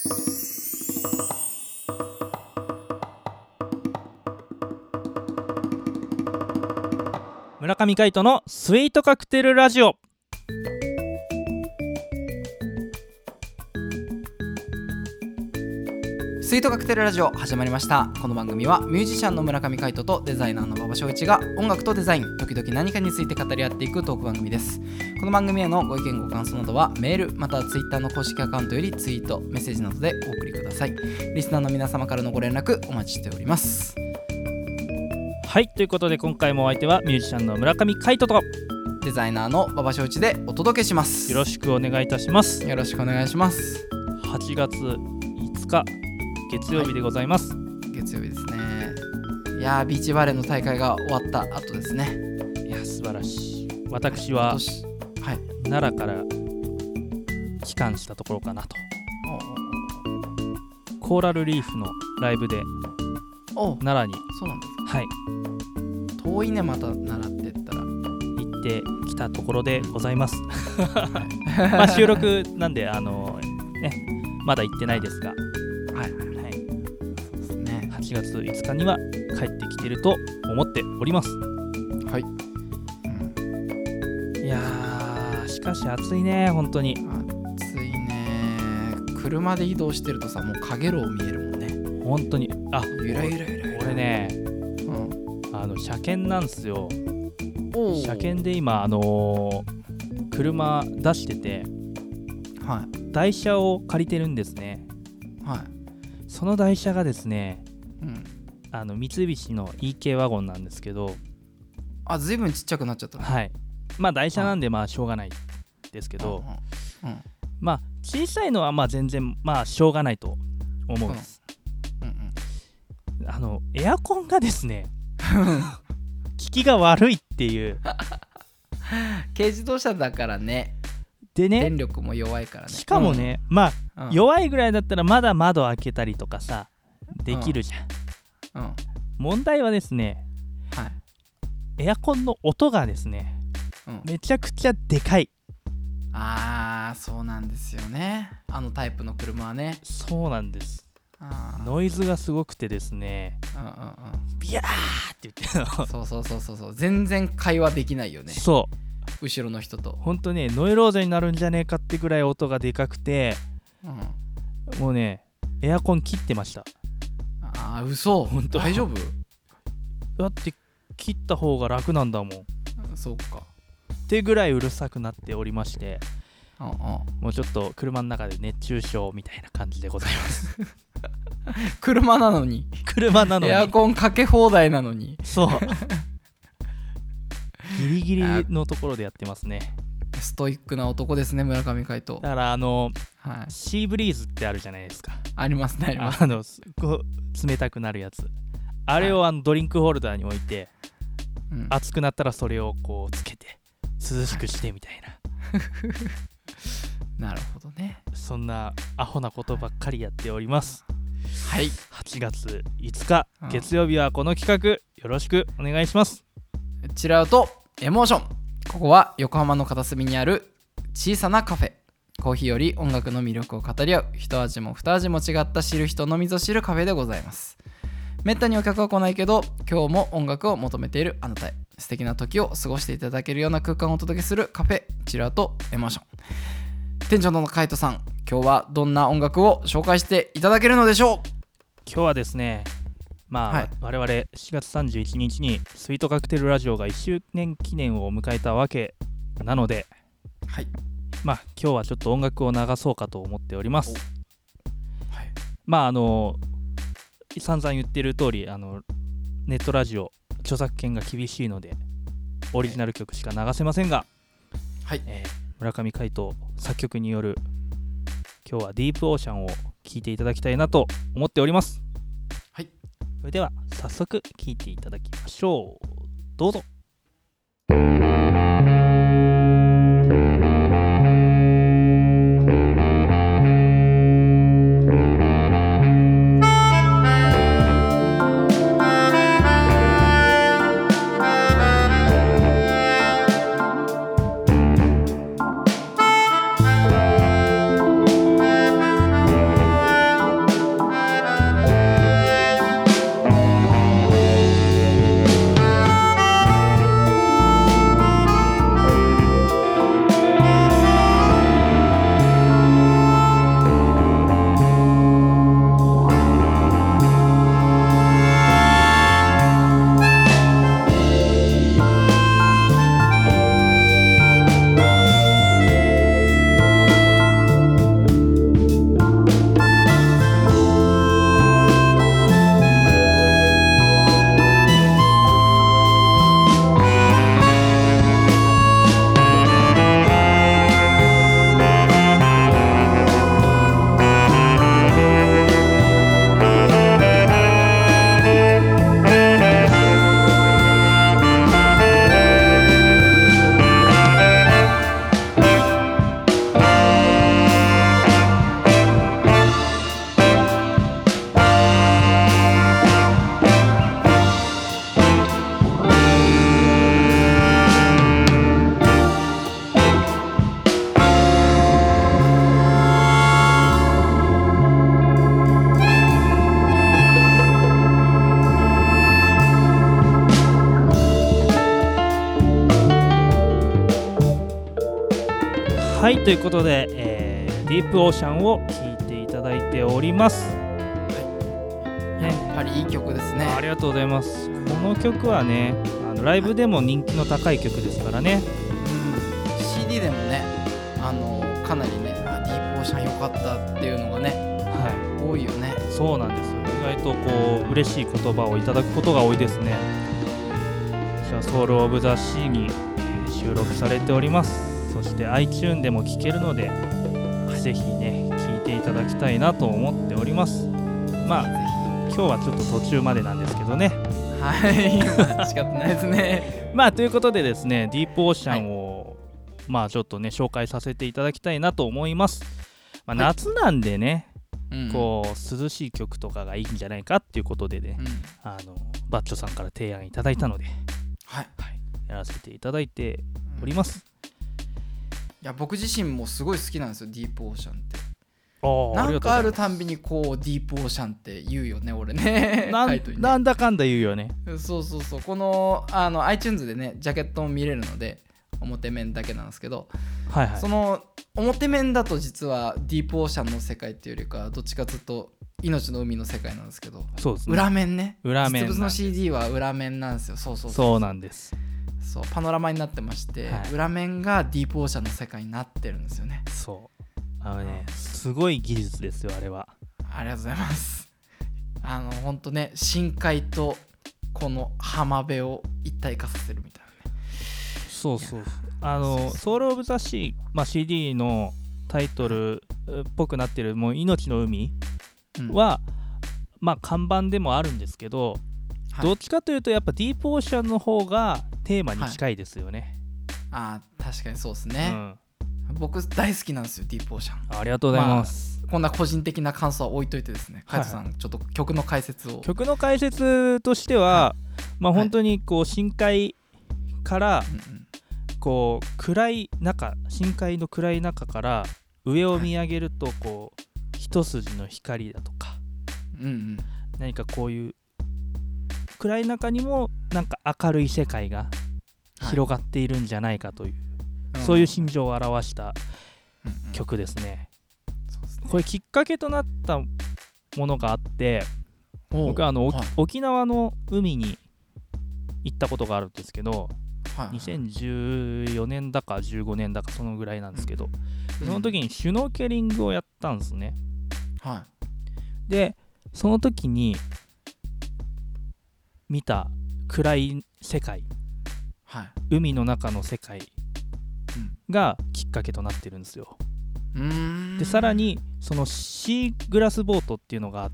村上海人のスイートカクテルラジオ。 スイートカクテルラジオ始まりました。この番組はミュージシャンの村上海人とデザイナーの馬場翔一が音楽とデザイン、時々何かについて語り合っていくトーク番組です。この番組へのご意見ご感想などはメールまたはツイッターの公式アカウントよりツイートメッセージなどでお送りください。リスナーの皆様からのご連絡お待ちしております。 はい、ということで今回もお相手はミュージシャンの村上海人とデザイナーの馬場翔一でお届けします。 よろしくお願いいたします。 よろしくお願いします。 8月5日月曜日でございます、 月曜日ですね。いやー、ビーチバレーの大会が終わった後ですね。 いや素晴らしい。私は奈良から帰還したところかなと。コーラルリーフのライブで奈良にそうなんですか。 はい、 遠いね。また奈良って言ったら行ってきたところでございますまあ収録なんでまだ行ってないですが、そうですね、8月5日には帰ってきてると思っております。 はい、 いやーしかし暑いね。本当に暑いね。車で移動してるとさ、もう影楼見えるもんね。 本当に。 ゆらゆらゆら。 俺ね、車検なんすよ。車検で今車出してて、台車を借りてるんですね。その台車がですね、三菱の EK ワゴンなんですけど、 ずいぶんちっちゃくなっちゃったね。 はい。まあ台車なんでまあしょうがないですけど、まあ小さいのはまあ全然まあしょうがないと思うんです。エアコンがですね効きが悪いっていう軽自動車だからね。 でね、 電力も弱いからね。 しかもね、まあ、弱いぐらいだったらまだ窓開けたりとかさできるじゃん。問題はですね、エアコンの音がですね、めちゃくちゃでかい。 そうなんですよね。タイプの車はね。 そうなんです。ノイズがすごくてですね、ビヤーって言ってるのそう全然会話できないよね。 そう後ろの人とほんとね、ノイローゼになるんじゃねえかってぐらい音がでかくて、もうねエアコン切ってました。 嘘。本当大丈夫？ だって切った方が楽なんだもん。 そうかってぐらいうるさくなっておりまして、もうちょっと車の中で熱中症みたいな感じでございます車なのにエアコンかけ放題なのに。そうギリギリのところでやってますね。 ストイックな男ですね、村上海人。 だからシーブリーズってあるじゃないですか。 ありますね、あります。 こう冷たくなるやつ、あれをドリンクホルダーに置いて、熱くなったらそれをこうつけて涼しくしてみたいななるほどね。 そんなアホなことばっかりやっております。 はい、 8月5日月曜日はこの企画よろしくお願いします。 チルアウトエモーション。ここは横浜の片隅にある小さなカフェ。コーヒーより音楽の魅力を語り合う、一味も二味も違った知る人のみぞ知るカフェでございます。めったにお客は来ないけど、今日も音楽を求めているあなたへ素敵な時を過ごしていただけるような空間をお届けするカフェ、チルアウトエモーション。店長の海人さん、今日はどんな音楽を紹介していただけるのでしょう？ 今日はですね、我々4月31日にスイートカクテルラジオが1周年記念を迎えたわけなので、今日はちょっと音楽を流そうかと思っております。散々言ってる通りネットラジオ著作権が厳しいのでオリジナル曲しか流せませんが、村上海人作曲による今日はディープオーシャンを聴いていただきたいなと思っております。それでは早速聴いていただきましょう。どうぞ。 はい、ということで、ディープオーシャンを聴いていただいております。 やっぱりいい曲ですね。 ありがとうございます。この曲はね、ライブでも人気の高い曲ですからね。 CD でもね、かなりね、ディープオーシャン良かったっていうのがね、多いよね。 そうなんです。意外とこう嬉しい言葉をいただくことが多いですね。じゃあソウルオブザシーに収録されております。そして iTunes でも聴けるので、ぜひね聴いていただきたいなと思っております。まあ今日はちょっと途中までなんですけどね。 はい、仕方ないですね。 まあということでですね、ディープオーシャンを、まあちょっとね紹介させていただきたいなと思います。まあ、夏なんでね、こう涼しい曲とかがいいんじゃないかっていうことでね、バッチョさんから提案いただいたので、やらせていただいております。 いや僕自身もすごい好きなんですよ、ディープオーシャンって。 なんかあるたんびにこうディープオーシャンって言うよね俺ね。 なんだかんだ言うよね。 そうこのiTunes でねジャケットも見れるので表面だけなんですけど、その表面だと実はディープオーシャンの世界っていうよりかどっちかというと命の海の世界なんですけど、 そうですね、 裏面ね、 裏面実物の CD は裏面なんですよ。 そうなんです。 そうパノラマになってまして、裏面がディープオーシャンの世界になってるんですよね。 そうすごい技術ですよあれは。 ありがとうございます。ほんとね、深海とこの浜辺を一体化させるみたいなね。 そうソウルオブザシー、CD のタイトルっぽくなってるもう命の海は、看板でもあるんですけど、どっちかというとやっぱディープオーシャンの方がテーマに近いですよね。 確かにそうですね。僕大好きなんですよディープオーシャン。 ありがとうございます。 こんな個人的な感想は置いといてですね、カイトさんちょっと曲の解説を。 曲の解説としては、本当にこう深海からこう暗い中、深海の暗い中から上を見上げるとこう一筋の光だとか、何かこういう暗い中にもなんか明るい世界が広がっているんじゃないかという、そういう心情を表した曲ですね。これきっかけとなったものがあって、僕は沖縄の海に行ったことがあるんですけど、2014年だか15年だかそのぐらいなんですけど、その時にシュノーケリングをやったんですね。でその時に見た暗い世界、海の中の世界がきっかけとなってるんですよ。でさらにそのシーグラスボートっていうのがあって、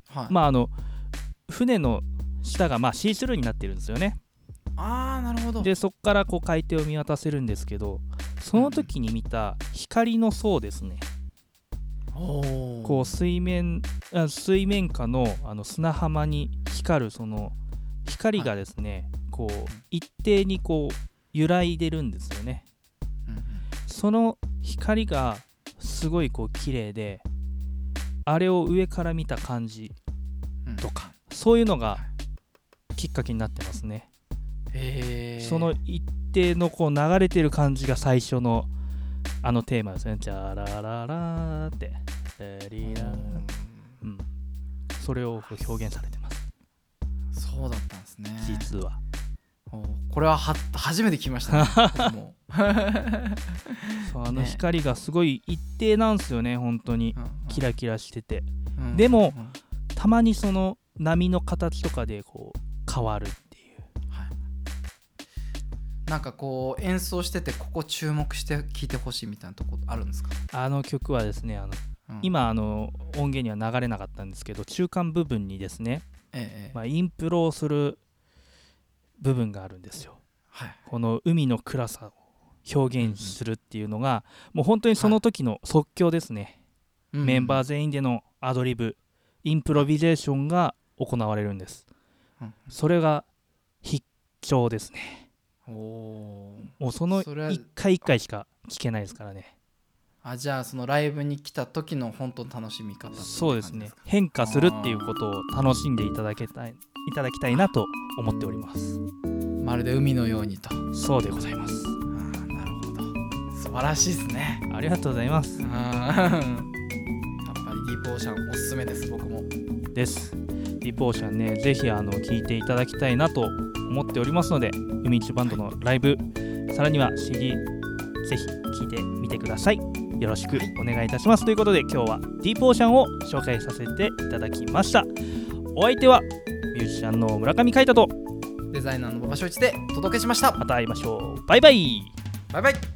船の下がシースルーになってるんですよね。 なるほど。 でそこからこう海底を見渡せるんですけど、その時に見た光の層ですね。こう水面下の砂浜に光るその光がですね、こう一定にこう揺らいでるんですよね。その光がすごいこう綺麗で、あれを上から見た感じとか、そういうのがきっかけになってますね。その一定のこう流れてる感じが最初のテーマですね。ジャラララーってリラ、それを表現されてます。 そうだったんですね。 実はこれは初めて聞きましたね。もそう光がすごい一定なんですよね。本当にキラキラしてて、でもたまにその波の形とかでこう変わるっていう、 なんかこう演奏しててここ注目して聴いてほしいみたいなとこあるんですか？ 曲はですね、今音源には流れなかったんですけど、中間部分にですね、インプロをする部分があるんですよ。この海の暗さを表現するっていうのが、もう本当にその時の即興ですね。メンバー全員でのアドリブ、インプロビゼーションが行われるんです。それが必聴ですね。もうその1回1回しか聴けないですからね。 じゃあそのライブに来た時の本当の楽しみ方。 そうですね。変化するっていうことを楽しんでいただきたいなと思っております。 まるで海のようにと。 そうでございます。 なるほど。素晴晴らしいですね。 ありがとうございます。 やっぱりディープオーシャンおすすめです。僕もです。ディープオーシャンね、ぜひ聞いていただきたいなと思っておりますので、海一バンドのライブ、さらには CD、ぜひ聴いてみてください。よろしくお願いいたします。ということで、今日はディープオーシャンを紹介させていただきました。お相手はミュージシャンの村上海人とデザイナーの馬場翔一でお届けしました。 また会いましょう。バイバイ。 バイバイ。